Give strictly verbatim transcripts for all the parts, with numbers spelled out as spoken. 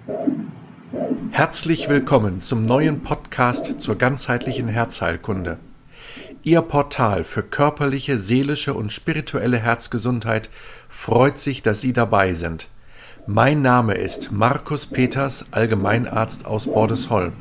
Herzlich willkommen zum neuen Podcast zur ganzheitlichen Herzheilkunde. Ihr Portal für körperliche, seelische und spirituelle Herzgesundheit freut sich, dass Sie dabei sind. Mein Name ist Markus Peters, Allgemeinarzt aus Bordesholm.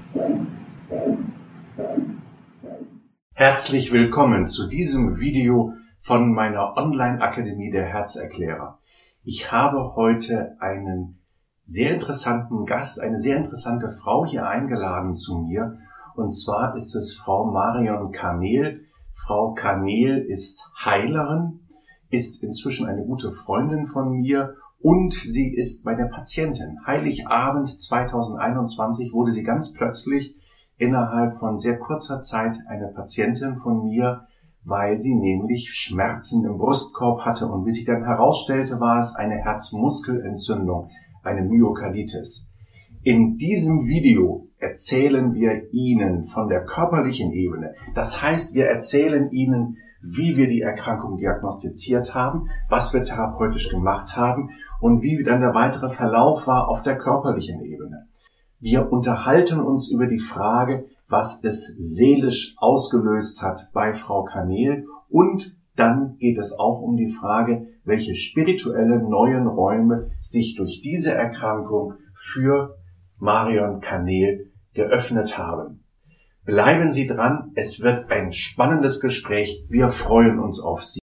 Herzlich willkommen zu diesem Video von meiner Online-Akademie der Herzerklärer. Ich habe heute einen sehr interessanten Gast, eine sehr interessante Frau hier eingeladen zu mir. Und zwar ist es Frau Marion Kanel. Frau Kanel ist Heilerin, ist inzwischen eine gute Freundin von mir und sie ist meine Patientin. Heiligabend zweitausendeinundzwanzig wurde sie ganz plötzlich innerhalb von sehr kurzer Zeit eine Patientin von mir, weil sie nämlich Schmerzen im Brustkorb hatte. Und wie sich dann herausstellte, war es eine Herzmuskelentzündung, eine Myokarditis. In diesem Video erzählen wir Ihnen von der körperlichen Ebene. Das heißt, wir erzählen Ihnen, wie wir die Erkrankung diagnostiziert haben, was wir therapeutisch gemacht haben und wie dann der weitere Verlauf war auf der körperlichen Ebene. Wir unterhalten uns über die Frage, was es seelisch ausgelöst hat bei Frau Kanel, und dann geht es auch um die Frage, welche spirituelle neuen Räume sich durch diese Erkrankung für Marion Kanel geöffnet haben. Bleiben Sie dran, es wird ein spannendes Gespräch. Wir freuen uns auf Sie.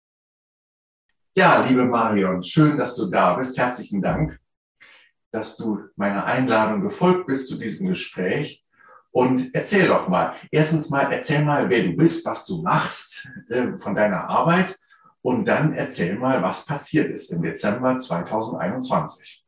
Ja, liebe Marion, schön, dass du da bist. Herzlichen Dank, dass du meiner Einladung gefolgt bist zu diesem Gespräch. Und erzähl doch mal, erstens mal, erzähl mal, wer du bist, was du machst äh, von deiner Arbeit, und dann erzähl mal, was passiert ist im Dezember zweitausendeinundzwanzig.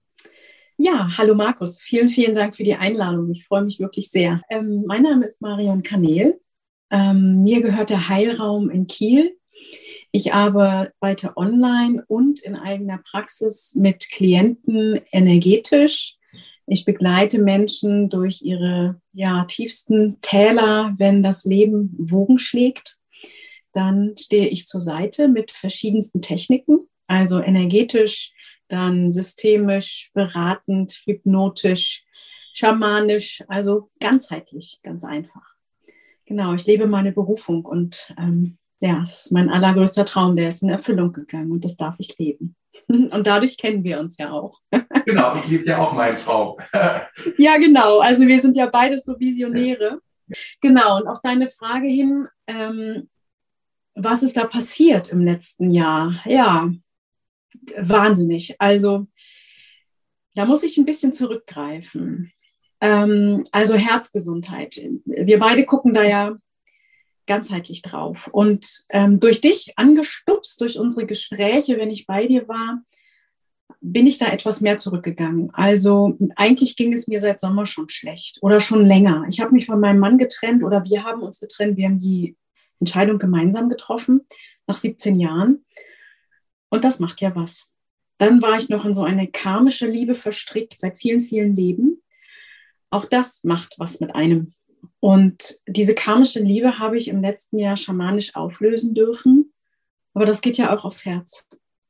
Ja, hallo Markus, vielen, vielen Dank für die Einladung. Ich freue mich wirklich sehr. Ähm, mein Name ist Marion Kanel. Ähm, mir gehört der Heilraum in Kiel. Ich arbeite online und in eigener Praxis mit Klienten energetisch. Ich begleite Menschen durch ihre ja, tiefsten Täler, wenn das Leben Wogen schlägt. Dann stehe ich zur Seite mit verschiedensten Techniken, also energetisch, dann systemisch, beratend, hypnotisch, schamanisch, also ganzheitlich, ganz einfach. Genau, ich lebe meine Berufung und ähm, ja, es ist mein allergrößter Traum, der ist in Erfüllung gegangen und das darf ich leben. Und dadurch kennen wir uns ja auch. Genau, ich lebe ja auch meinen Traum. Ja, genau. Also wir sind ja beides so Visionäre. Genau. Und auf deine Frage hin, ähm, was ist da passiert im letzten Jahr? Ja, wahnsinnig. Also da muss ich ein bisschen zurückgreifen. Ähm, also Herzgesundheit. Wir beide gucken da ja ganzheitlich drauf. Und ähm, durch dich angestupst, durch unsere Gespräche, wenn ich bei dir war, bin ich da etwas mehr zurückgegangen. Also eigentlich ging es mir seit Sommer schon schlecht oder schon länger. Ich habe mich von meinem Mann getrennt oder wir haben uns getrennt. Wir haben die Entscheidung gemeinsam getroffen nach siebzehn Jahren. Und das macht ja was. Dann war ich noch in so eine karmische Liebe verstrickt seit vielen, vielen Leben. Auch das macht was mit einem. Und diese karmische Liebe habe ich im letzten Jahr schamanisch auflösen dürfen. Aber das geht ja auch aufs Herz.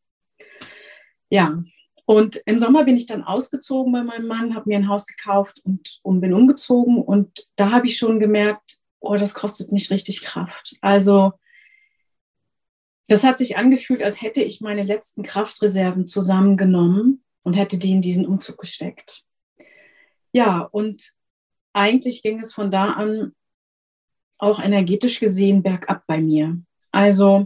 Ja, und im Sommer bin ich dann ausgezogen bei meinem Mann, habe mir ein Haus gekauft und, und bin umgezogen. Und da habe ich schon gemerkt, oh, das kostet mich richtig Kraft. Also das hat sich angefühlt, als hätte ich meine letzten Kraftreserven zusammengenommen und hätte die in diesen Umzug gesteckt. Ja, und eigentlich ging es von da an auch energetisch gesehen bergab bei mir. Also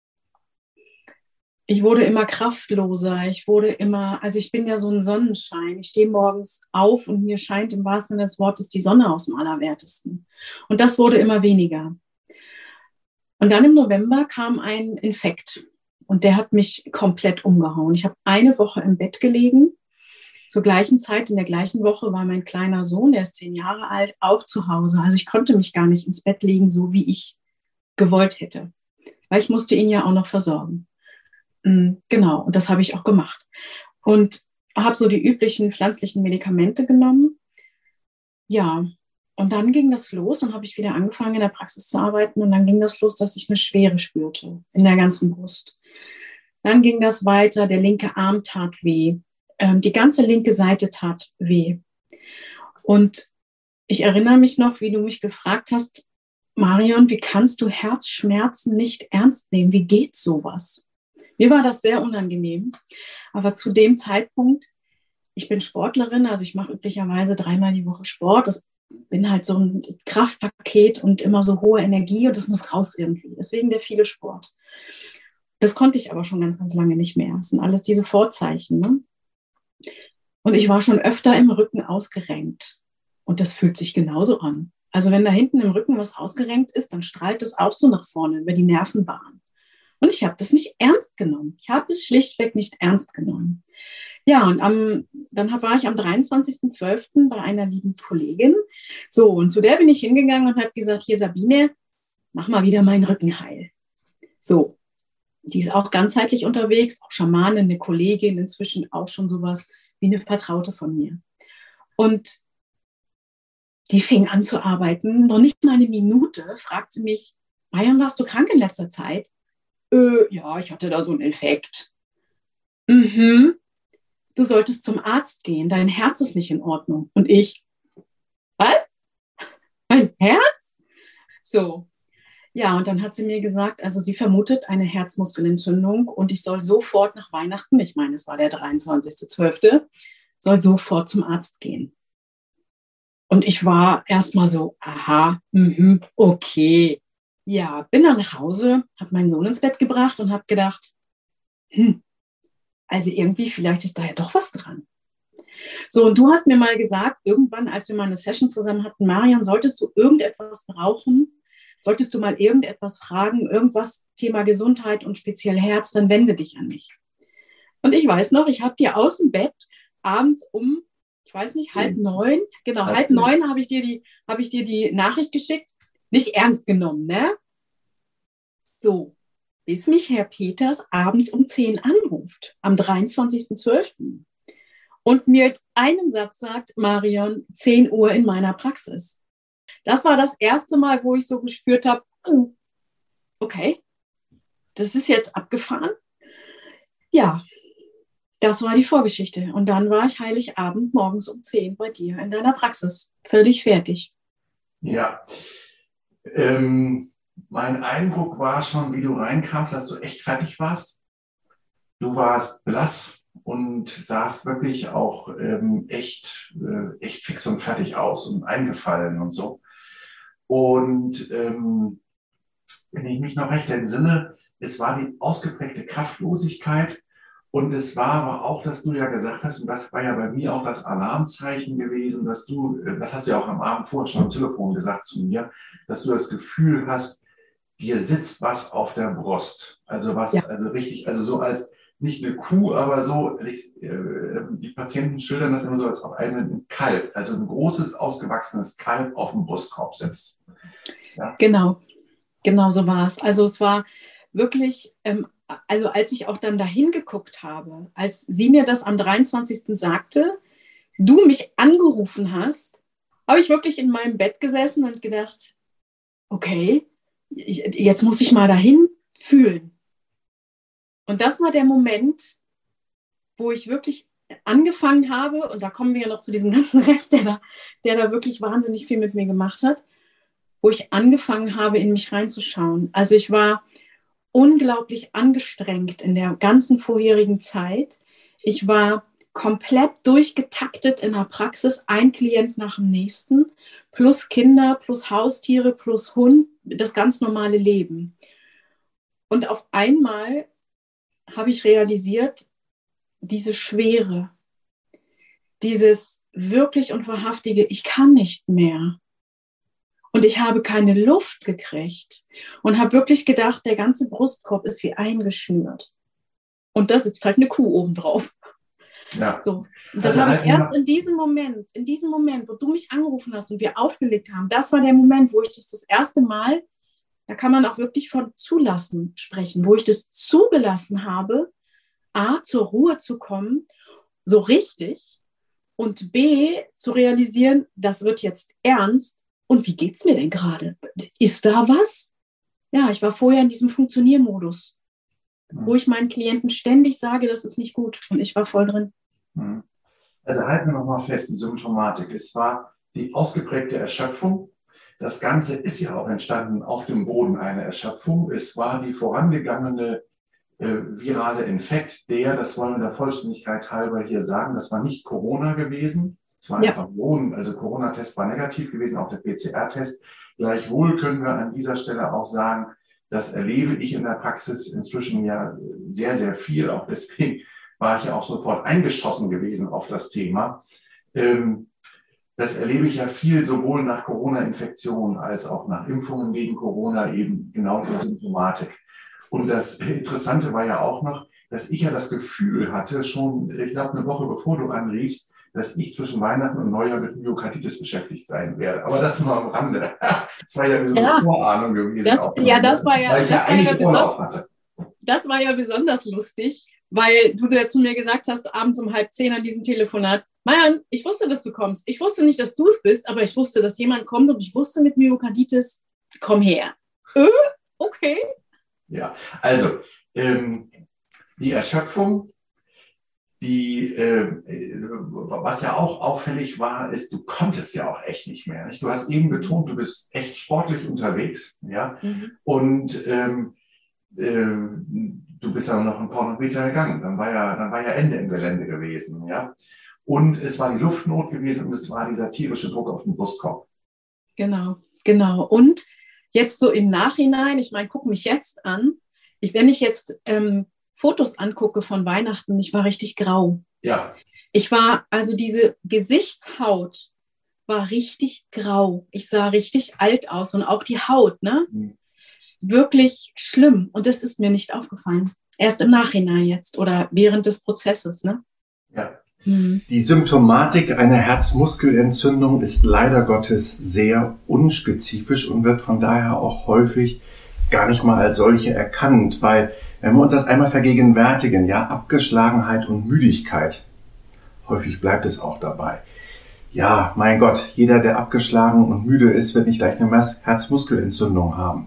ich wurde immer kraftloser, ich wurde immer, also ich bin ja so ein Sonnenschein. Ich stehe morgens auf und mir scheint im wahrsten Sinne des Wortes die Sonne aus dem Allerwertesten. Und das wurde immer weniger. Und dann im November kam ein Infekt und der hat mich komplett umgehauen. Ich habe eine Woche im Bett gelegen. Zur gleichen Zeit, in der gleichen Woche, war mein kleiner Sohn, der ist zehn Jahre alt, auch zu Hause. Also ich konnte mich gar nicht ins Bett legen, so wie ich gewollt hätte. Weil ich musste ihn ja auch noch versorgen. Genau, und das habe ich auch gemacht. Und habe so die üblichen pflanzlichen Medikamente genommen. Ja, und dann ging das los und habe ich wieder angefangen, in der Praxis zu arbeiten. Und dann ging das los, dass ich eine Schwere spürte in der ganzen Brust. Dann ging das weiter, der linke Arm tat weh. ähm, die ganze linke Seite tat weh. Und ich erinnere mich noch, wie du mich gefragt hast, Marion, wie kannst du Herzschmerzen nicht ernst nehmen? Wie geht sowas? Mir war das sehr unangenehm. Aber zu dem Zeitpunkt, ich bin Sportlerin, also ich mache üblicherweise dreimal die Woche Sport. Das bin halt so ein Kraftpaket und immer so hohe Energie und das muss raus irgendwie. Deswegen der viele Sport. Das konnte ich aber schon ganz, ganz lange nicht mehr. Das sind alles diese Vorzeichen. Ne? Und ich war schon öfter im Rücken ausgerenkt. Und das fühlt sich genauso an. Also wenn da hinten im Rücken was ausgerenkt ist, dann strahlt es auch so nach vorne über die Nervenbahn. Und ich habe das nicht ernst genommen. Ich habe es schlichtweg nicht ernst genommen. Ja, und am, dann war ich am dreiundzwanzigsten zwölften bei einer lieben Kollegin. So, und zu der bin ich hingegangen und habe gesagt, hier Sabine, mach mal wieder meinen Rücken heil. So, die ist auch ganzheitlich unterwegs, auch Schamanin, eine Kollegin, inzwischen auch schon sowas wie eine Vertraute von mir. Und die fing an zu arbeiten, noch nicht mal eine Minute, fragt sie mich, Marion, warst du krank in letzter Zeit? Äh, ja, ich hatte da so einen Infekt. Mhm. Du solltest zum Arzt gehen, dein Herz ist nicht in Ordnung. Und ich, was? Mein Herz? So. Ja, und dann hat sie mir gesagt, also sie vermutet eine Herzmuskelentzündung und ich soll sofort nach Weihnachten, ich meine, es war der dreiundzwanzigste zwölfte, soll sofort zum Arzt gehen. Und ich war erstmal so, aha, mh, okay. Ja, bin dann nach Hause, habe meinen Sohn ins Bett gebracht und habe gedacht, hm, also irgendwie vielleicht ist da ja doch was dran. So, und du hast mir mal gesagt, irgendwann, als wir mal eine Session zusammen hatten, Marion, solltest du irgendetwas brauchen, solltest du mal irgendetwas fragen, irgendwas Thema Gesundheit und speziell Herz, dann wende dich an mich. Und ich weiß noch, ich habe dir aus dem Bett abends um, ich weiß nicht, halb neun, genau, halb neun habe ich dir die, habe ich dir die Nachricht geschickt, nicht ernst genommen, ne? So, bis mich Herr Peters abends um zehn anruft, am dreiundzwanzigsten zwölften und mir einen Satz sagt, Marion, zehn Uhr in meiner Praxis. Das war das erste Mal, wo ich so gespürt habe, okay, das ist jetzt abgefahren. Ja, das war die Vorgeschichte. Und dann war ich Heiligabend morgens um zehn bei dir in deiner Praxis. Völlig fertig. Ja, ähm, mein Eindruck war schon, wie du reinkamst, dass du echt fertig warst. Du warst blass und sahst wirklich auch ähm, echt, äh, echt fix und fertig aus und eingefallen und so. Und ähm, wenn ich mich noch recht entsinne, es war die ausgeprägte Kraftlosigkeit und es war aber auch, dass du ja gesagt hast, und das war ja bei mir auch das Alarmzeichen gewesen, dass du, das hast du ja auch am Abend vorher schon am Telefon gesagt zu mir, dass du das Gefühl hast, dir sitzt was auf der Brust. Also was, ja. also richtig, also so als nicht eine Kuh, aber so, die Patienten schildern das immer so, als ob ein Kalb, also ein großes, ausgewachsenes Kalb auf dem Brustkorb sitzt. Ja? Genau, genau so war es. Also es war wirklich, ähm, also als ich auch dann dahin geguckt habe, als sie mir das am dreiundzwanzigsten sagte, du mich angerufen hast, habe ich wirklich in meinem Bett gesessen und gedacht, okay, jetzt muss ich mal dahin fühlen. Und das war der Moment, wo ich wirklich angefangen habe, und da kommen wir ja noch zu diesem ganzen Rest, der da, der da wirklich wahnsinnig viel mit mir gemacht hat, wo ich angefangen habe, in mich reinzuschauen. Also ich war unglaublich angestrengt in der ganzen vorherigen Zeit. Ich war komplett durchgetaktet in der Praxis, ein Klient nach dem nächsten, plus Kinder, plus Haustiere, plus Hund, das ganz normale Leben. Und auf einmal habe ich realisiert, diese Schwere, dieses wirklich und wahrhaftige, ich kann nicht mehr. Und ich habe keine Luft gekriegt und habe wirklich gedacht, der ganze Brustkorb ist wie eingeschnürt. Und da sitzt halt eine Kuh obendrauf. Ja. So. Und das also habe ich erst in diesem Moment, in diesem Moment, wo du mich angerufen hast und wir aufgelegt haben, das war der Moment, wo ich das das erste Mal, da kann man auch wirklich von zulassen sprechen, wo ich das zugelassen habe, A, zur Ruhe zu kommen, so richtig, und B, zu realisieren, das wird jetzt ernst. Und wie geht's mir denn gerade? Ist da was? Ja, ich war vorher in diesem Funktioniermodus, wo ich meinen Klienten ständig sage, das ist nicht gut. Und ich war voll drin. Also halten wir nochmal fest, die Symptomatik. Es war die ausgeprägte Erschöpfung. Das Ganze ist ja auch entstanden auf dem Boden einer Erschöpfung. Es war die vorangegangene äh, virale Infekt, der, das wollen wir der Vollständigkeit halber hier sagen, das war nicht Corona gewesen. Es war Ja. einfach Wohnen, also Corona-Test war negativ gewesen, auch der P C R-Test. Gleichwohl können wir an dieser Stelle auch sagen, das erlebe ich in der Praxis inzwischen ja sehr, sehr viel. Auch deswegen war ich ja auch sofort eingeschossen gewesen auf das Thema. Ähm, das erlebe ich ja viel, sowohl nach Corona-Infektionen als auch nach Impfungen gegen Corona, eben genau die Symptomatik. Und das Interessante war ja auch noch, dass ich ja das Gefühl hatte, schon, ich glaube, eine Woche bevor du anriefst, dass ich zwischen Weihnachten und Neujahr mit Myokarditis beschäftigt sein werde. Aber das nur am Rande. Das war ja so eine Ja. Vorahnung gewesen. Das, auch ja, das war ja, weil ich das ja war ja eigentlich Urlaub besonders, hatte. das war ja besonders lustig, weil du ja zu mir gesagt hast, abends um halb zehn an diesem Telefonat, Marian, ich wusste, dass du kommst. Ich wusste nicht, dass du es bist, aber ich wusste, dass jemand kommt und ich wusste mit Myokarditis, komm her. Äh, okay. Ja, also ähm, die Erschöpfung, die, äh, was ja auch auffällig war, ist, du konntest ja auch echt nicht mehr. Nicht? Du hast eben betont, du bist echt sportlich unterwegs, ja, Mhm. und ähm, äh, du bist ja noch ein paar noch Meter gegangen. Dann war ja, dann war ja Ende im Gelände gewesen, ja. Und es war die Luftnot gewesen und es war dieser tierische Druck auf den Brustkorb. Genau, genau. Und jetzt so im Nachhinein, ich meine, guck mich jetzt an, ich, wenn ich jetzt ähm, Fotos angucke von Weihnachten, ich war richtig grau. Ja. Ich war, also diese Gesichtshaut war richtig grau. Ich sah richtig alt aus und auch die Haut, ne? Mhm. Wirklich schlimm. Und das ist mir nicht aufgefallen. Erst im Nachhinein jetzt oder während des Prozesses, ne? Ja. Mhm. Die Symptomatik einer Herzmuskelentzündung ist leider Gottes sehr unspezifisch und wird von daher auch häufig gar nicht mal als solche erkannt, weil wenn wir uns das einmal vergegenwärtigen, ja, Abgeschlagenheit und Müdigkeit, häufig bleibt es auch dabei. Ja, mein Gott, jeder, der abgeschlagen und müde ist, wird nicht gleich eine Herzmuskelentzündung haben.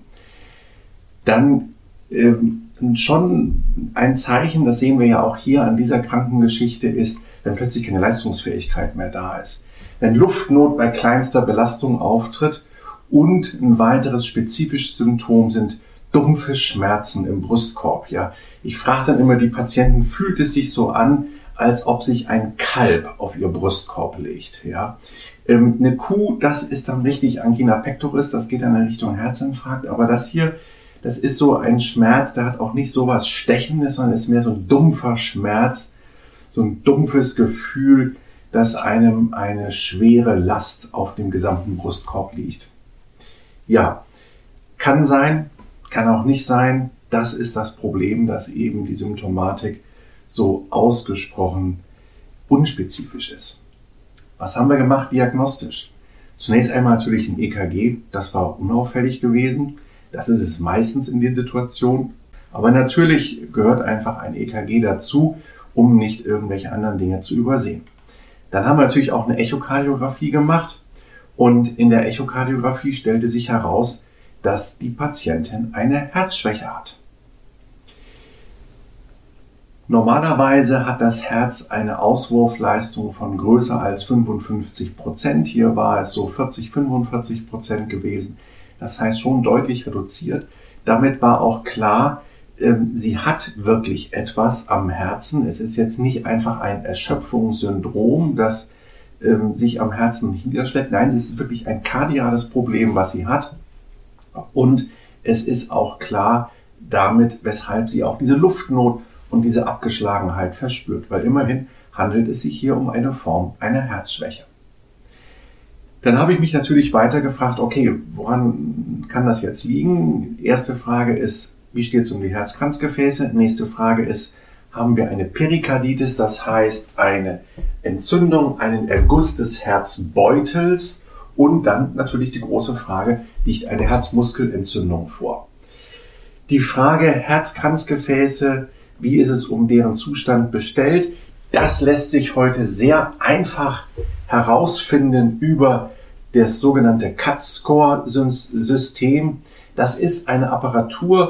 Dann ähm, schon ein Zeichen, das sehen wir ja auch hier an dieser Krankengeschichte, ist, wenn plötzlich keine Leistungsfähigkeit mehr da ist. Wenn Luftnot bei kleinster Belastung auftritt und ein weiteres spezifisches Symptom sind dumpfe Schmerzen im Brustkorb. Ja, ich frage dann immer die Patienten, fühlt es sich so an, als ob sich ein Kalb auf ihr Brustkorb legt? Ja, ähm, eine Kuh, das ist dann richtig Angina pectoris, das geht dann in Richtung Herzinfarkt, aber das hier, das ist so ein Schmerz, der hat auch nicht so was Stechendes, sondern ist mehr so ein dumpfer Schmerz, so ein dumpfes Gefühl, dass einem eine schwere Last auf dem gesamten Brustkorb liegt. Ja, kann sein, kann auch nicht sein. Das ist das Problem, dass eben die Symptomatik so ausgesprochen unspezifisch ist. Was haben wir gemacht diagnostisch? Zunächst einmal natürlich ein E K G, das war unauffällig gewesen. Das ist es meistens in den Situationen. Aber natürlich gehört einfach ein E K G dazu, um nicht irgendwelche anderen Dinge zu übersehen. Dann haben wir natürlich auch eine Echokardiographie gemacht und in der Echokardiographie stellte sich heraus, dass die Patientin eine Herzschwäche hat. Normalerweise hat das Herz eine Auswurfleistung von größer als fünfundfünfzig Prozent. Hier war es so vierzig, fünfundvierzig Prozent gewesen. Das heißt schon deutlich reduziert. Damit war auch klar, sie hat wirklich etwas am Herzen. Es ist jetzt nicht einfach ein Erschöpfungssyndrom, das ähm, sich am Herzen niederschlägt. Nein, es ist wirklich ein kardiales Problem, was sie hat. Und es ist auch klar damit, weshalb sie auch diese Luftnot und diese Abgeschlagenheit verspürt. Weil immerhin handelt es sich hier um eine Form einer Herzschwäche. Dann habe ich mich natürlich weiter gefragt, okay, woran kann das jetzt liegen? Erste Frage ist, wie steht es um die Herzkranzgefäße? Nächste Frage ist, haben wir eine Perikarditis, das heißt eine Entzündung, einen Erguss des Herzbeutels? Und dann natürlich die große Frage, liegt eine Herzmuskelentzündung vor? Die Frage Herzkranzgefäße, wie ist es um deren Zustand bestellt? Das lässt sich heute sehr einfach herausfinden über das sogenannte C A T-Score-System. Das ist eine Apparatur,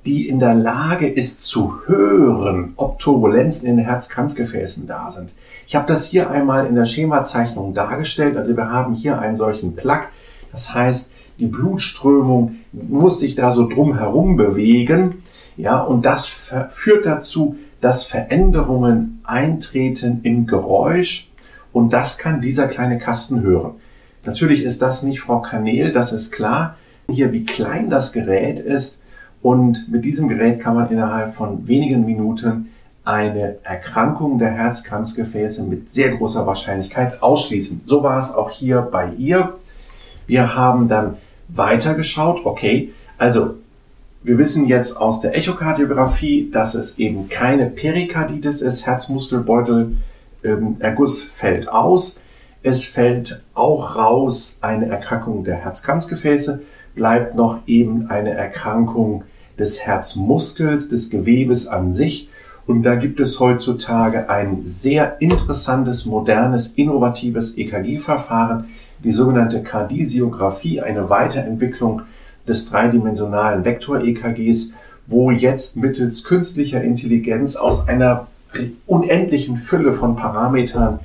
die in der Lage ist zu hören, ob Turbulenzen in den Herzkranzgefäßen da sind. Ich habe das hier einmal in der Schemazeichnung dargestellt. Also wir haben hier einen solchen Plak. Das heißt, die Blutströmung muss sich da so drum herum bewegen. Ja, und das führt dazu, dass Veränderungen eintreten im Geräusch. Und das kann dieser kleine Kasten hören. Natürlich ist das nicht Frau Kanel, das ist klar. Hier, wie klein das Gerät ist. Und mit diesem Gerät kann man innerhalb von wenigen Minuten eine Erkrankung der Herzkranzgefäße mit sehr großer Wahrscheinlichkeit ausschließen. So war es auch hier bei ihr. Wir haben dann weitergeschaut. Okay, also wir wissen jetzt aus der Echokardiographie, dass es eben keine Perikarditis ist. Herzmuskelbeutel, ähm, Erguss fällt aus. Es fällt auch raus eine Erkrankung der Herzkranzgefäße. Bleibt noch eben eine Erkrankung des Herzmuskels, des Gewebes an sich. Und da gibt es heutzutage ein sehr interessantes, modernes, innovatives E K G-Verfahren, die sogenannte Kardiographie, eine Weiterentwicklung des dreidimensionalen Vektor-E K Gs, wo jetzt mittels künstlicher Intelligenz aus einer unendlichen Fülle von Parametern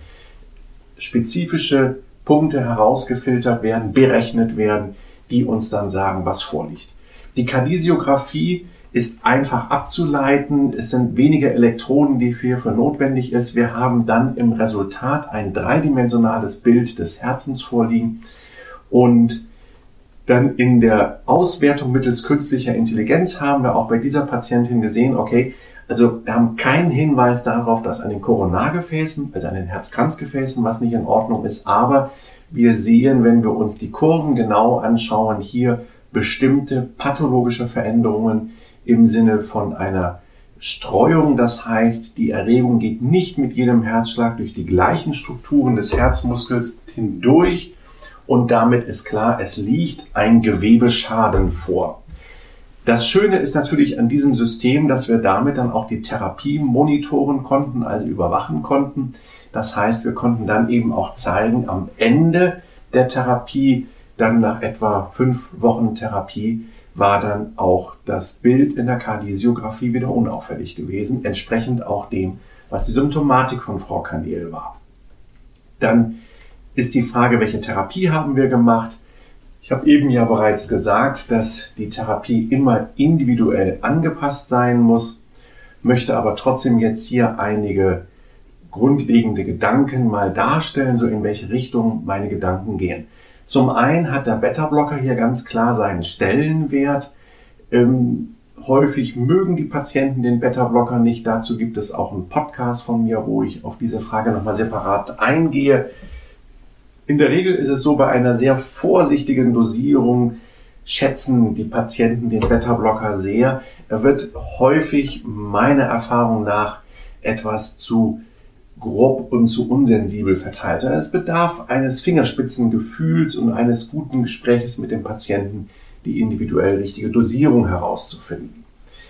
spezifische Punkte herausgefiltert werden, berechnet werden, die uns dann sagen, was vorliegt. Die Kardiographie ist einfach abzuleiten. Es sind wenige Elektroden, die hierfür notwendig ist. Wir haben dann im Resultat ein dreidimensionales Bild des Herzens vorliegen und dann in der Auswertung mittels künstlicher Intelligenz haben wir auch bei dieser Patientin gesehen, okay, also wir haben keinen Hinweis darauf, dass an den Koronargefäßen, also an den Herzkranzgefäßen, was nicht in Ordnung ist, aber wir sehen, wenn wir uns die Kurven genau anschauen, hier bestimmte pathologische Veränderungen im Sinne von einer Streuung. Das heißt, die Erregung geht nicht mit jedem Herzschlag durch die gleichen Strukturen des Herzmuskels hindurch und damit ist klar, es liegt ein Gewebeschaden vor. Das Schöne ist natürlich an diesem System, dass wir damit dann auch die Therapie monitoren konnten, also überwachen konnten. Das heißt, wir konnten dann eben auch zeigen, am Ende der Therapie, dann nach etwa fünf Wochen Therapie, war dann auch das Bild in der Kardiographie wieder unauffällig gewesen, entsprechend auch dem, was die Symptomatik von Frau Kanel war. Dann ist die Frage, welche Therapie haben wir gemacht? Ich habe eben ja bereits gesagt, dass die Therapie immer individuell angepasst sein muss, möchte aber trotzdem jetzt hier einige grundlegende Gedanken mal darstellen, so in welche Richtung meine Gedanken gehen. Zum einen hat der Beta-Blocker hier ganz klar seinen Stellenwert. Ähm, häufig mögen die Patienten den Beta-Blocker nicht. Dazu gibt es auch einen Podcast von mir, wo ich auf diese Frage nochmal separat eingehe. In der Regel ist es so, bei einer sehr vorsichtigen Dosierung schätzen die Patienten den Beta-Blocker sehr. Er wird häufig meiner Erfahrung nach etwas zu grob und zu unsensibel verteilt, sondern es bedarf eines Fingerspitzengefühls und eines guten Gespräches mit dem Patienten, die individuell richtige Dosierung herauszufinden.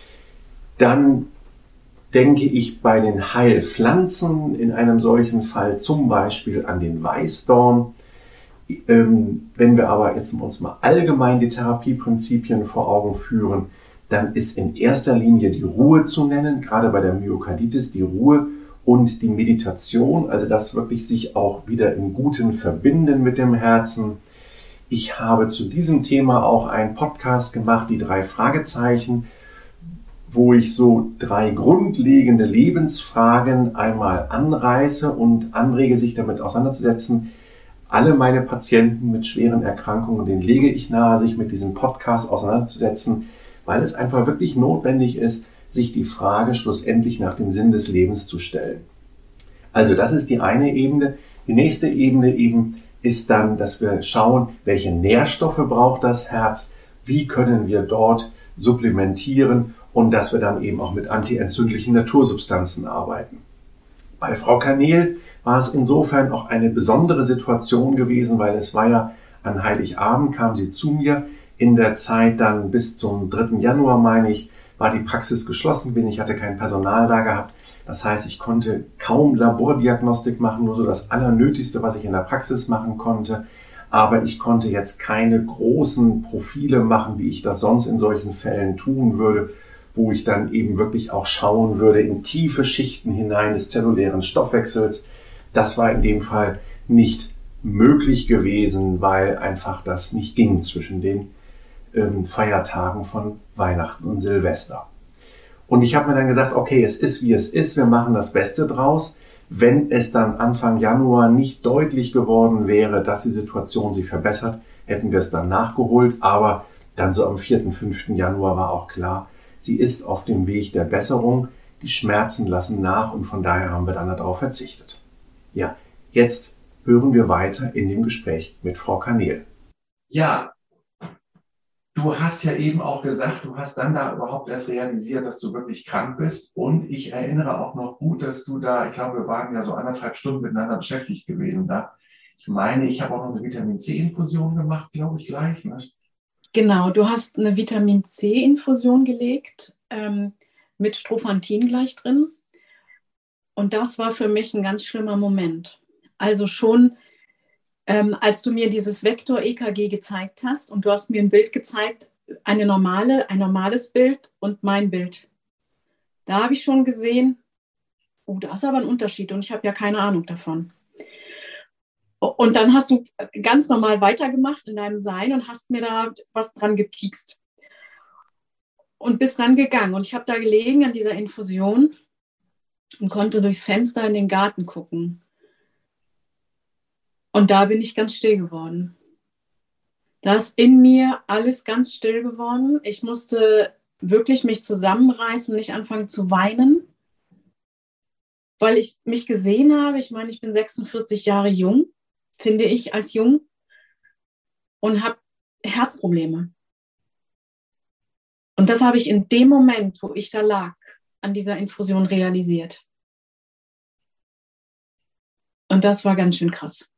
Dann denke ich bei den Heilpflanzen in einem solchen Fall zum Beispiel an den Weißdorn. Ähm, wenn wir aber jetzt uns mal allgemein die Therapieprinzipien vor Augen führen, dann ist in erster Linie die Ruhe zu nennen, gerade bei der Myokarditis die Ruhe und die Meditation, also das wirklich sich auch wieder im Guten verbinden mit dem Herzen. Ich habe zu diesem Thema auch einen Podcast gemacht, die drei Fragezeichen, wo ich so drei grundlegende Lebensfragen einmal anreiße und anrege, sich damit auseinanderzusetzen. Alle meine Patienten mit schweren Erkrankungen, denen lege ich nahe, sich mit diesem Podcast auseinanderzusetzen, weil es einfach wirklich notwendig ist, sich die Frage schlussendlich nach dem Sinn des Lebens zu stellen. Also das ist die eine Ebene. Die nächste Ebene eben ist dann, dass wir schauen, welche Nährstoffe braucht das Herz, wie können wir dort supplementieren und dass wir dann eben auch mit antientzündlichen Natursubstanzen arbeiten. Bei Frau Kanel war es insofern auch eine besondere Situation gewesen, weil es war ja an Heiligabend, kam sie zu mir. In der Zeit dann bis zum dritten Januar, meine ich, war die Praxis geschlossen gewesen. Ich hatte kein Personal da gehabt. Das heißt, ich konnte kaum Labordiagnostik machen, nur so das Allernötigste, was ich in der Praxis machen konnte. Aber ich konnte jetzt keine großen Profile machen, wie ich das sonst in solchen Fällen tun würde, wo ich dann eben wirklich auch schauen würde in tiefe Schichten hinein des zellulären Stoffwechsels. Das war in dem Fall nicht möglich gewesen, weil einfach das nicht ging zwischen den ähm, Feiertagen von Weihnachten und Silvester. Und ich habe mir dann gesagt, okay, es ist wie es ist, wir machen das Beste draus. Wenn es dann Anfang Januar nicht deutlich geworden wäre, dass die Situation sich verbessert, hätten wir es dann nachgeholt. Aber dann so am vierten, fünften Januar war auch klar, sie ist auf dem Weg der Besserung. Die Schmerzen lassen nach und von daher haben wir dann darauf verzichtet. Ja, jetzt hören wir weiter in dem Gespräch mit Frau Kanel. Ja, du hast ja eben auch gesagt, du hast dann da überhaupt erst realisiert, dass du wirklich krank bist. Und ich erinnere auch noch gut, dass du da, ich glaube, wir waren ja so anderthalb Stunden miteinander beschäftigt gewesen da. Ich meine, ich habe auch noch eine Vitamin-C-Infusion gemacht, glaube ich, gleich. Ne? Genau, du hast eine Vitamin-C-Infusion gelegt, ähm, mit Strophantin gleich drin. Und das war für mich ein ganz schlimmer Moment. Also schon, ähm, als du mir dieses Vektor-E K G gezeigt hast und du hast mir ein Bild gezeigt, eine normale, ein normales Bild und mein Bild. Da habe ich schon gesehen, oh, da ist aber ein Unterschied und ich habe ja keine Ahnung davon. Und dann hast du ganz normal weitergemacht in deinem Sein und hast mir da was dran gepiekst. Und bist dann gegangen. Und ich habe da gelegen an dieser Infusion und konnte durchs Fenster in den Garten gucken. Und da bin ich ganz still geworden. Da ist in mir alles ganz still geworden. Ich musste wirklich mich zusammenreißen, nicht anfangen zu weinen, weil ich mich gesehen habe. Ich meine, ich bin sechsundvierzig Jahre jung, finde ich als jung, und habe Herzprobleme. Und das habe ich in dem Moment, wo ich da lag, an dieser Infusion realisiert. Und das war ganz schön krass.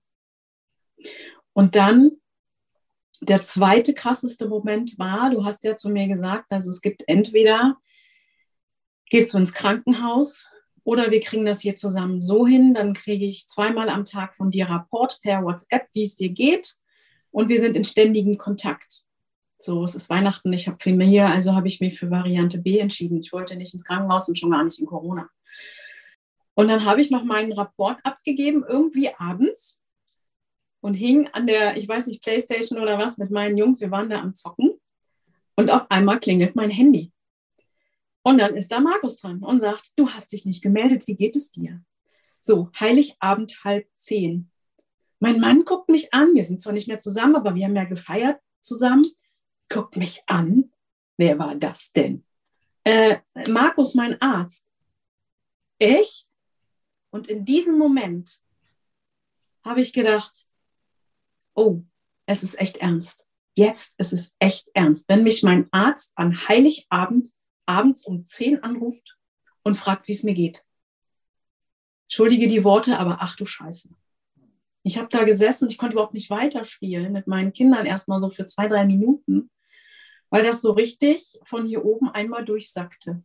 Und dann, der zweite krasseste Moment war, du hast ja zu mir gesagt, also es gibt entweder, gehst du ins Krankenhaus oder wir kriegen das hier zusammen so hin, dann kriege ich zweimal am Tag von dir Rapport per WhatsApp, wie es dir geht, und wir sind in ständigem Kontakt. So, es ist Weihnachten, ich habe viel mehr hier, also habe ich mich für Variante B entschieden. Ich wollte nicht ins Krankenhaus und schon gar nicht in Corona. Und dann habe ich noch meinen Rapport abgegeben, irgendwie abends, und hing an der, ich weiß nicht, Playstation oder was, mit meinen Jungs, wir waren da am Zocken, und auf einmal klingelt mein Handy. Und dann ist da Markus dran und sagt, du hast dich nicht gemeldet, wie geht es dir? So, Heiligabend halb zehn. Mein Mann guckt mich an, wir sind zwar nicht mehr zusammen, aber wir haben ja gefeiert zusammen, guckt mich an. Wer war das denn? Äh, Markus, mein Arzt. Echt? Und in diesem Moment habe ich gedacht, oh, es ist echt ernst. Jetzt ist es echt ernst. Wenn mich mein Arzt an Heiligabend abends um zehn anruft und fragt, wie es mir geht. Entschuldige die Worte, aber ach du Scheiße. Ich habe da gesessen, ich konnte überhaupt nicht weiterspielen mit meinen Kindern, erstmal so für zwei, drei Minuten, weil das so richtig von hier oben einmal durchsackte.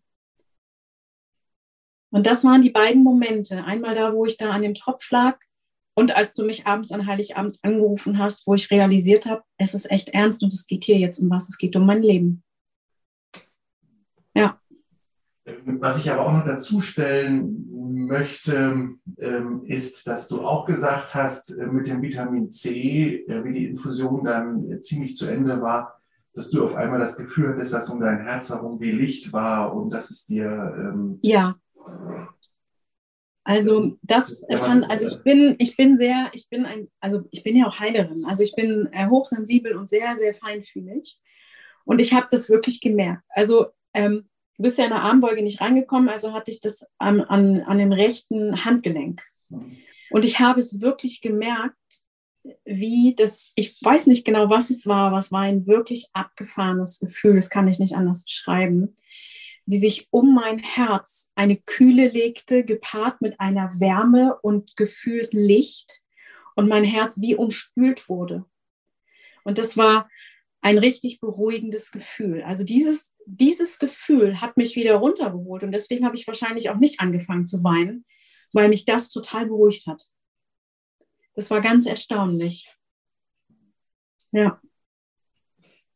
Und das waren die beiden Momente. Einmal da, wo ich da an dem Tropf lag, und als du mich abends an Heiligabend angerufen hast, wo ich realisiert habe, es ist echt ernst und es geht hier jetzt um was, es geht um mein Leben. Ja. Was ich aber auch noch dazu stellen möchte, ist, dass du auch gesagt hast, mit dem Vitamin C, wie die Infusion dann ziemlich zu Ende war, dass du auf einmal das Gefühl hattest, dass um dein Herz herum wie Licht war und dass es dir... Ähm, ja. Also das fand, also ich bin, ich bin sehr, ich bin ein, also ich bin ja auch Heilerin, also ich bin hochsensibel und sehr, sehr feinfühlig, und ich habe das wirklich gemerkt. Also ähm, du bist ja in der Armbeuge nicht reingekommen, also hatte ich das an, an, an dem rechten Handgelenk, und ich habe es wirklich gemerkt, wie das, ich weiß nicht genau, was es war, aber es war ein wirklich abgefahrenes Gefühl, das kann ich nicht anders beschreiben, die sich um mein Herz eine Kühle legte, gepaart mit einer Wärme und gefühlt Licht, und mein Herz wie umspült wurde. Und das war ein richtig beruhigendes Gefühl. Also dieses, dieses Gefühl hat mich wieder runtergeholt, und deswegen habe ich wahrscheinlich auch nicht angefangen zu weinen, weil mich das total beruhigt hat. Das war ganz erstaunlich. Ja.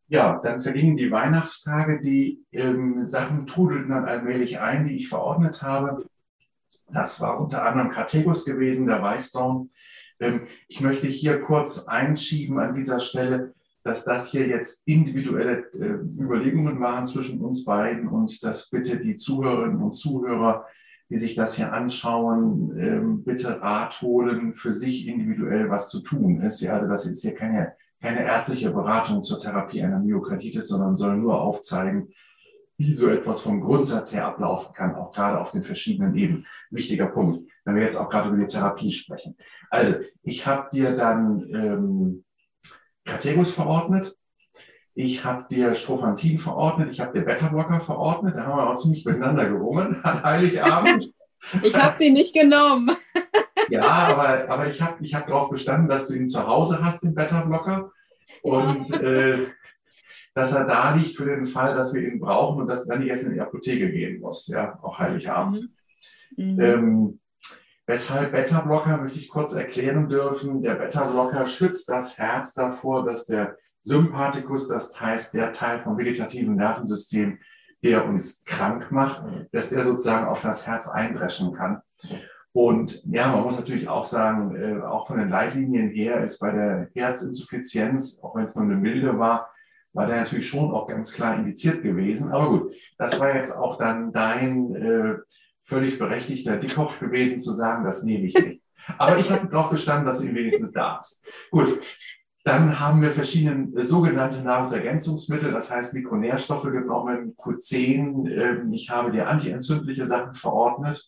Ja, dann vergingen die Weihnachtstage, die ähm, Sachen trudelten dann allmählich ein, die ich verordnet habe. Das war unter anderem Cartegus gewesen, der Weißdorn. Ähm, ich möchte hier kurz einschieben an dieser Stelle, dass das hier jetzt individuelle äh, Überlegungen waren zwischen uns beiden und dass bitte die Zuhörerinnen und Zuhörer, die sich das hier anschauen, ähm, bitte Rat holen, für sich individuell was zu tun ist. Ja, also das ist hier keine, keine ärztliche Beratung zur Therapie einer Myokarditis, sondern soll nur aufzeigen, wie so etwas vom Grundsatz her ablaufen kann, auch gerade auf den verschiedenen Ebenen. Wichtiger Punkt, wenn wir jetzt auch gerade über die Therapie sprechen. Also, ich habe dir dann ähm, Cartegus verordnet, ich habe dir Strophantin verordnet, ich habe dir Beta-Blocker verordnet, da haben wir auch ziemlich miteinander gerungen an Heiligabend. Ich habe sie nicht genommen. Ja, aber, aber ich habe ich hab darauf bestanden, dass du ihn zu Hause hast, den Beta-Blocker. Und ja. äh, dass er da liegt für den Fall, dass wir ihn brauchen und dass du dann nicht erst in die Apotheke gehen musst, ja, auch Heiligabend. Mhm. Mhm. Ähm, weshalb Beta-Blocker, möchte ich kurz erklären dürfen. Der Beta-Blocker schützt das Herz davor, dass der Sympathikus, das heißt der Teil vom vegetativen Nervensystem, der uns krank macht, dass der sozusagen auf das Herz eindreschen kann. Und ja, man muss natürlich auch sagen, äh, auch von den Leitlinien her ist bei der Herzinsuffizienz, auch wenn es nur eine milde war, war der natürlich schon auch ganz klar indiziert gewesen. Aber gut, das war jetzt auch dann dein äh, völlig berechtigter Dickkopf gewesen, zu sagen, das nehme ich nicht. Aber ich habe darauf bestanden, dass du ihn wenigstens da hast. Gut, dann haben wir verschiedene äh, sogenannte Nahrungsergänzungsmittel, das heißt Mikronährstoffe genommen, Q zehn. Äh, ich habe dir antientzündliche Sachen verordnet.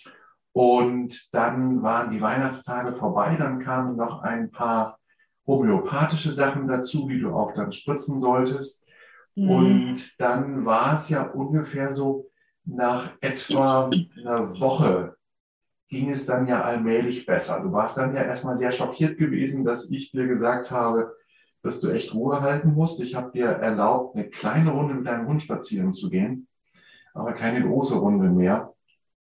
Und dann waren die Weihnachtstage vorbei, dann kamen noch ein paar homöopathische Sachen dazu, die du auch dann spritzen solltest. Mhm. Und dann war es ja ungefähr so, nach etwa einer Woche ging es dann ja allmählich besser. Du warst dann ja erstmal sehr schockiert gewesen, dass ich dir gesagt habe, dass du echt Ruhe halten musst. Ich habe dir erlaubt, eine kleine Runde mit deinem Hund spazieren zu gehen, aber keine große Runde mehr.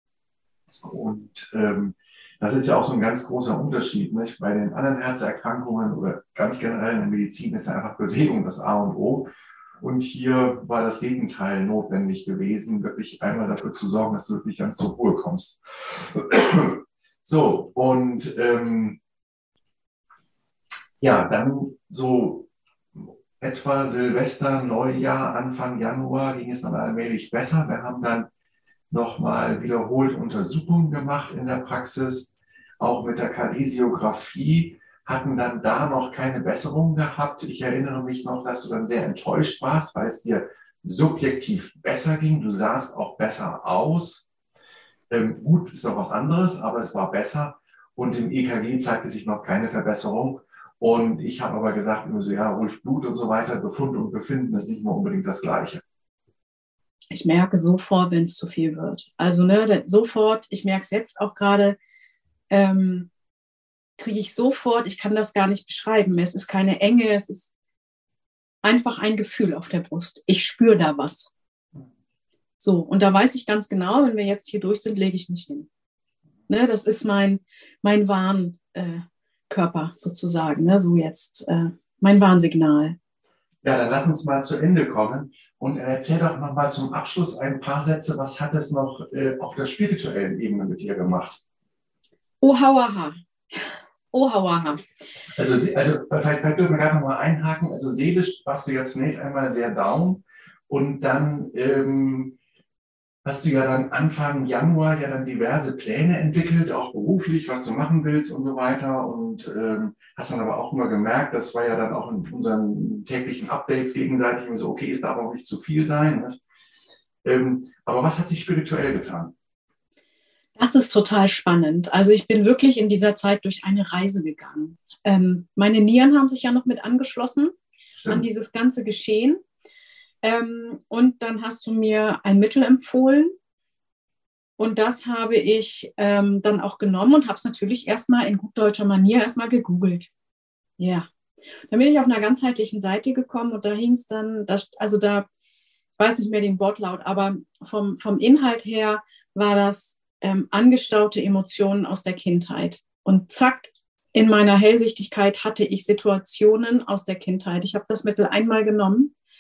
Und ähm, das ist ja auch so ein ganz großer Unterschied. Nicht? Bei den anderen Herzerkrankungen oder ganz generell in der Medizin ist ja einfach Bewegung das A und O. Und hier war das Gegenteil notwendig gewesen, wirklich einmal dafür zu sorgen, dass du wirklich ganz zur Ruhe kommst. So, und ähm, ja, dann so etwa Silvester, Neujahr, Anfang Januar ging es dann allmählich besser. Wir haben dann nochmal wiederholt Untersuchungen gemacht in der Praxis, auch mit der Kardiographie, hatten dann da noch keine Besserung gehabt. Ich erinnere mich noch, dass du dann sehr enttäuscht warst, weil es dir subjektiv besser ging. Du sahst auch besser aus. Ähm, gut, ist noch was anderes, aber es war besser. Und im E K G zeigte sich noch keine Verbesserung. Und ich habe aber gesagt, immer so, ja, ruhig Blut und so weiter, Befund und Befinden ist nicht mehr unbedingt das Gleiche. Ich merke sofort, wenn es zu viel wird. Also ne, sofort, ich merke es jetzt auch gerade, ähm, kriege ich sofort, ich kann das gar nicht beschreiben. Es ist keine Enge, es ist einfach ein Gefühl auf der Brust. Ich spüre da was. So, und da weiß ich ganz genau, wenn wir jetzt hier durch sind, lege ich mich hin. Ne, das ist mein, mein Warnkörper äh, sozusagen, ne, so jetzt äh, mein Warnsignal. Ja, dann lass uns mal zu Ende kommen. Und erzähl doch noch mal zum Abschluss ein paar Sätze, was hat es noch äh, auf der spirituellen Ebene mit dir gemacht? Oh, hauaha. Oh, hauaha. Also, also vielleicht, vielleicht dürfen wir gerade noch mal einhaken. Also seelisch warst du ja zunächst einmal sehr down und dann ähm, hast du ja dann Anfang Januar ja dann diverse Pläne entwickelt, auch beruflich, was du machen willst und so weiter. Und ähm, hast dann aber auch immer gemerkt, das war ja dann auch in unseren täglichen Updates gegenseitig so, okay, es darf auch nicht zu viel sein. Ne? Ähm, aber was hat sich spirituell getan? Das ist total spannend. Also ich bin wirklich in dieser Zeit durch eine Reise gegangen. Ähm, meine Nieren haben sich ja noch mit angeschlossen Stimmt. an dieses ganze Geschehen. Ähm, und dann hast du mir ein Mittel empfohlen und das habe ich ähm, dann auch genommen und habe es natürlich erstmal in gut deutscher Manier erstmal gegoogelt. Ja, dann bin ich auf einer ganzheitlichen Seite gekommen und da hing es dann, das, also da, ich weiß nicht mehr den Wortlaut, aber vom, vom Inhalt her war das ähm, angestaute Emotionen aus der Kindheit. Und zack, in meiner Hellsichtigkeit hatte ich Situationen aus der Kindheit. Ich habe das Mittel einmal genommen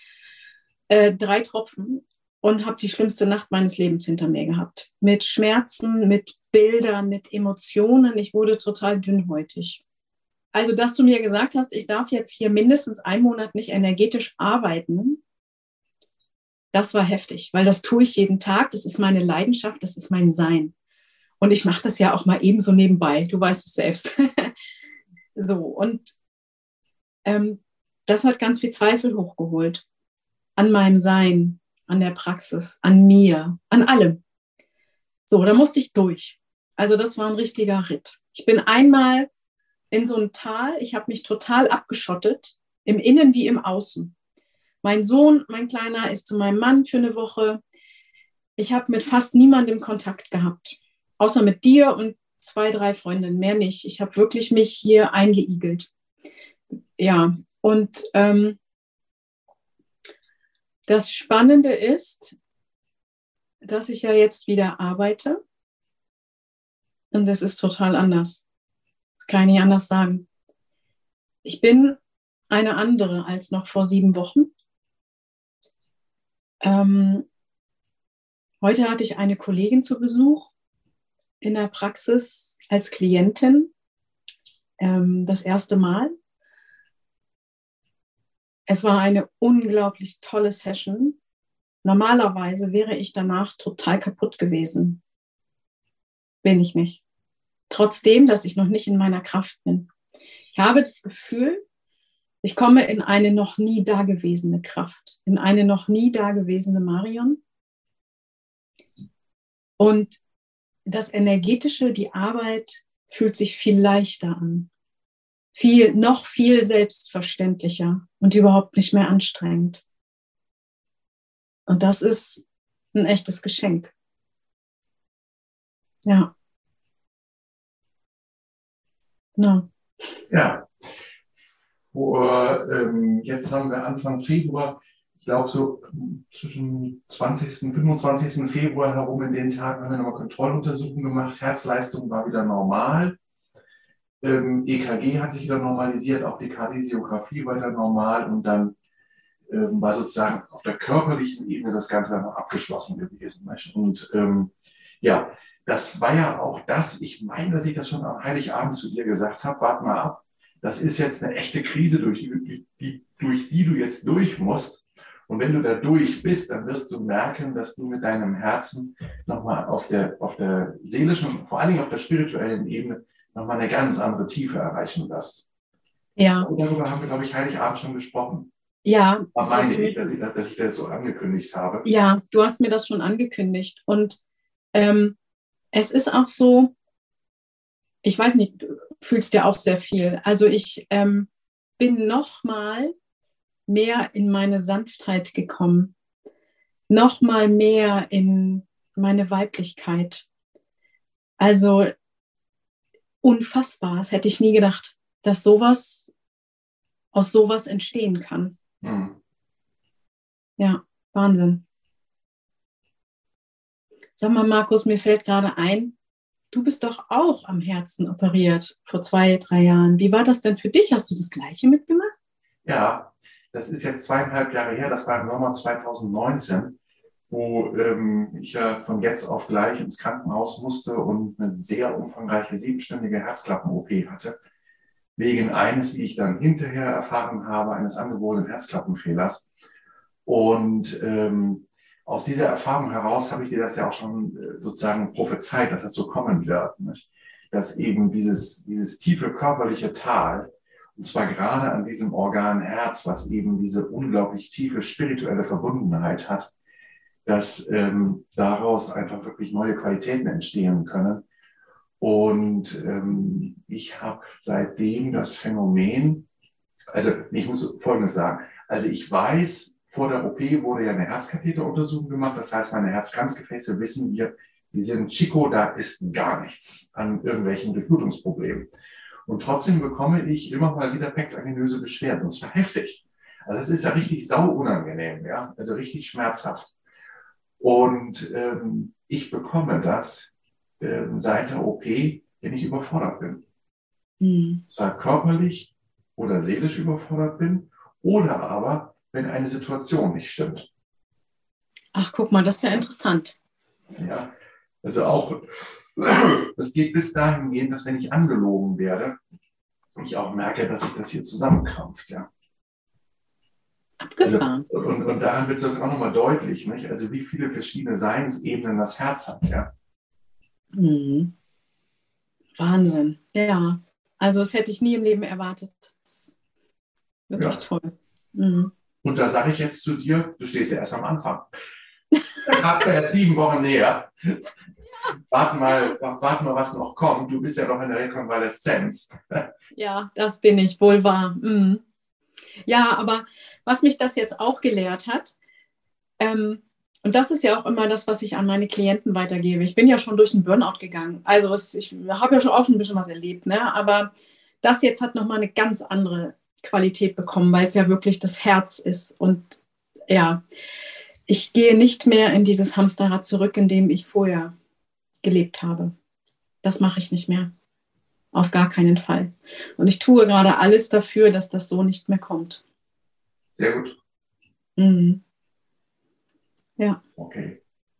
äh, drei Tropfen und habe die schlimmste Nacht meines Lebens hinter mir gehabt. Mit Schmerzen, mit Bildern, mit Emotionen. Ich wurde total dünnhäutig. Also, dass du mir gesagt hast, ich darf jetzt hier mindestens einen Monat nicht energetisch arbeiten, das war heftig, weil das tue ich jeden Tag. Das ist meine Leidenschaft, das ist mein Sein. Und ich mache das ja auch mal ebenso nebenbei. Du weißt es selbst. So, und ähm, das hat ganz viel Zweifel hochgeholt an meinem Sein, an der Praxis, an mir, an allem. So, da musste ich durch. Also das war ein richtiger Ritt. Ich bin einmal in so ein Tal, ich habe mich total abgeschottet, im Innen wie im Außen. Mein Sohn, mein Kleiner, ist zu meinem Mann für eine Woche. Ich habe mit fast niemandem Kontakt gehabt, außer mit dir und zwei, drei Freundinnen, mehr nicht. Ich habe wirklich mich hier eingeigelt. Ja, und ähm, das Spannende ist, dass ich ja jetzt wieder arbeite und das ist total anders. Das kann ich nicht anders sagen. Ich bin eine andere als noch vor sieben Wochen. Ähm, heute hatte ich eine Kollegin zu Besuch in der Praxis als Klientin, ähm, das erste Mal. Es war eine unglaublich tolle Session. Normalerweise wäre ich danach total kaputt gewesen. Bin ich nicht. Trotzdem, dass ich noch nicht in meiner Kraft bin. Ich habe das Gefühl, ich komme in eine noch nie dagewesene Kraft, in eine noch nie dagewesene Marion. Und das Energetische, die Arbeit fühlt sich viel leichter an. Viel, noch viel selbstverständlicher und überhaupt nicht mehr anstrengend. Und das ist ein echtes Geschenk. Ja. Genau. Ja. Vor, ähm, jetzt haben wir Anfang Februar, ich glaube so zwischen zwanzigsten, fünfundzwanzigsten Februar herum in den Tagen haben wir nochmal Kontrolluntersuchungen gemacht. Herzleistung war wieder normal. Ähm, E K G hat sich wieder normalisiert, auch die Kardiographie war wieder normal und dann ähm, war sozusagen auf der körperlichen Ebene das Ganze dann noch abgeschlossen gewesen. Nicht? Und ähm, ja, das war ja auch das, ich meine, dass ich das schon am Heiligabend zu dir gesagt habe, warte mal ab, das ist jetzt eine echte Krise, durch die, die, durch die du jetzt durch musst. Und wenn du da durch bist, dann wirst du merken, dass du mit deinem Herzen nochmal auf der, auf der seelischen, vor allen Dingen auf der spirituellen Ebene nochmal eine ganz andere Tiefe erreichen wirst. Ja. Und darüber haben wir, glaube ich, Heiligabend schon gesprochen. Ja. Das meine ich, dass ich, dass ich das so angekündigt habe. Ja, du hast mir das schon angekündigt. Und ähm, es ist auch so, ich weiß nicht, du fühlst ja auch sehr viel. Also ich ähm, bin noch mal mehr in meine Sanftheit gekommen. Noch mal mehr in meine Weiblichkeit. Also unfassbar. Das hätte ich nie gedacht, dass sowas aus sowas entstehen kann. Hm. Ja, Wahnsinn. Sag mal, Markus, mir fällt gerade ein, du bist doch auch am Herzen operiert vor zwei, drei Jahren. Wie war das denn für dich? Hast du das Gleiche mitgemacht? Ja, das ist jetzt zweieinhalb Jahre her, das war im Sommer zweitausendneunzehn, wo ähm, ich ja von jetzt auf gleich ins Krankenhaus musste und eine sehr umfangreiche siebenstündige Herzklappen-O P hatte. Wegen eines, wie ich dann hinterher erfahren habe, eines angeborenen Herzklappenfehlers. Und ähm, aus dieser Erfahrung heraus habe ich dir das ja auch schon äh, sozusagen prophezeit, dass das so kommen wird. Nicht? Dass eben dieses, dieses tiefe körperliche Tal, und zwar gerade an diesem Organ Herz, was eben diese unglaublich tiefe spirituelle Verbundenheit hat, dass ähm, daraus einfach wirklich neue Qualitäten entstehen können. Und ähm, ich habe seitdem das Phänomen, also ich muss Folgendes sagen, also ich weiß, vor der O P wurde ja eine Herzkatheteruntersuchung gemacht, das heißt, meine Herzkranzgefäße wissen wir, die sind Chico, da ist gar nichts an irgendwelchen Durchblutungsproblemen. Und trotzdem bekomme ich immer mal wieder pektanginöse Beschwerden, und zwar heftig. Also es ist ja richtig sau unangenehm, ja, also richtig schmerzhaft. Und ähm, ich bekomme das ähm, seit der O P, wenn ich überfordert bin. Mhm. Zwar körperlich oder seelisch überfordert bin, oder aber, wenn eine Situation nicht stimmt. Ach, guck mal, das ist ja interessant. Ja, also auch, das geht bis dahin gehen, dass wenn ich angelogen werde, ich auch merke, dass sich das hier zusammenkrampft, ja. Abgefahren. Also, und, und daran wird es auch nochmal deutlich, nicht? Also wie viele verschiedene Seinsebenen das Herz hat, ja. Mhm. Wahnsinn, ja. Also das hätte ich nie im Leben erwartet. Wirklich ja. Toll. Mhm. Und da sage ich jetzt zu dir, du stehst ja erst am Anfang. Habt ihr jetzt sieben Wochen näher. Warte mal, warte mal, was noch kommt. Du bist ja noch in der Rekonvaleszenz. Ja, das bin ich, wohl wahr. Mhm. Ja, aber was mich das jetzt auch gelehrt hat, ähm, und das ist ja auch immer das, was ich an meine Klienten weitergebe. Ich bin ja schon durch einen Burnout gegangen. Also was, ich habe ja schon auch schon ein bisschen was erlebt, ne? Aber das jetzt hat nochmal eine ganz andere Qualität bekommen, weil es ja wirklich das Herz ist. Und ja, ich gehe nicht mehr in dieses Hamsterrad zurück, in dem ich vorher gelebt habe. Das mache ich nicht mehr. Auf gar keinen Fall. Und ich tue gerade alles dafür, dass das so nicht mehr kommt. Sehr gut. Mhm. Ja. Okay.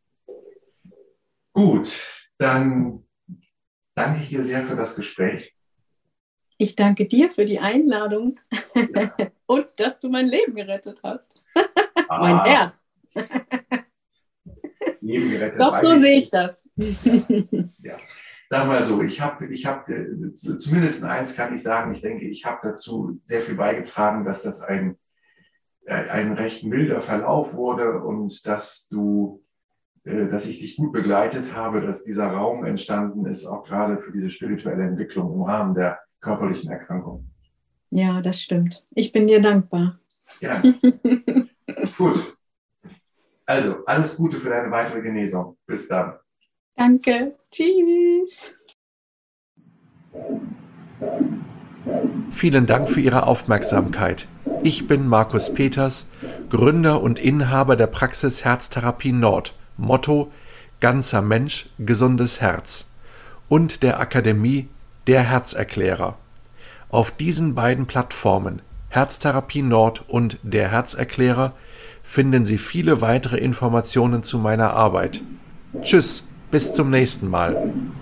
Gut, dann danke ich dir sehr für das Gespräch. Ich danke dir für die Einladung ja. Und dass du mein Leben gerettet hast. Ah. Mein Herz. Leben gerettet. Doch, so sehe ich das. Ja. Ja. Sag mal so, ich habe, ich hab, zumindest eins kann ich sagen, ich denke, ich habe dazu sehr viel beigetragen, dass das ein, ein recht milder Verlauf wurde und dass du, dass ich dich gut begleitet habe, dass dieser Raum entstanden ist, auch gerade für diese spirituelle Entwicklung im Rahmen der körperlichen Erkrankung. Ja, das stimmt. Ich bin dir dankbar. Ja. Gut. Also, alles Gute für deine weitere Genesung. Bis dann. Danke. Tschüss. Vielen Dank für Ihre Aufmerksamkeit. Ich bin Markus Peters, Gründer und Inhaber der Praxis Herztherapie Nord, Motto Ganzer Mensch, gesundes Herz und der Akademie Der Herzerklärer. Auf diesen beiden Plattformen, Herztherapie Nord und Der Herzerklärer, finden Sie viele weitere Informationen zu meiner Arbeit. Tschüss, bis zum nächsten Mal.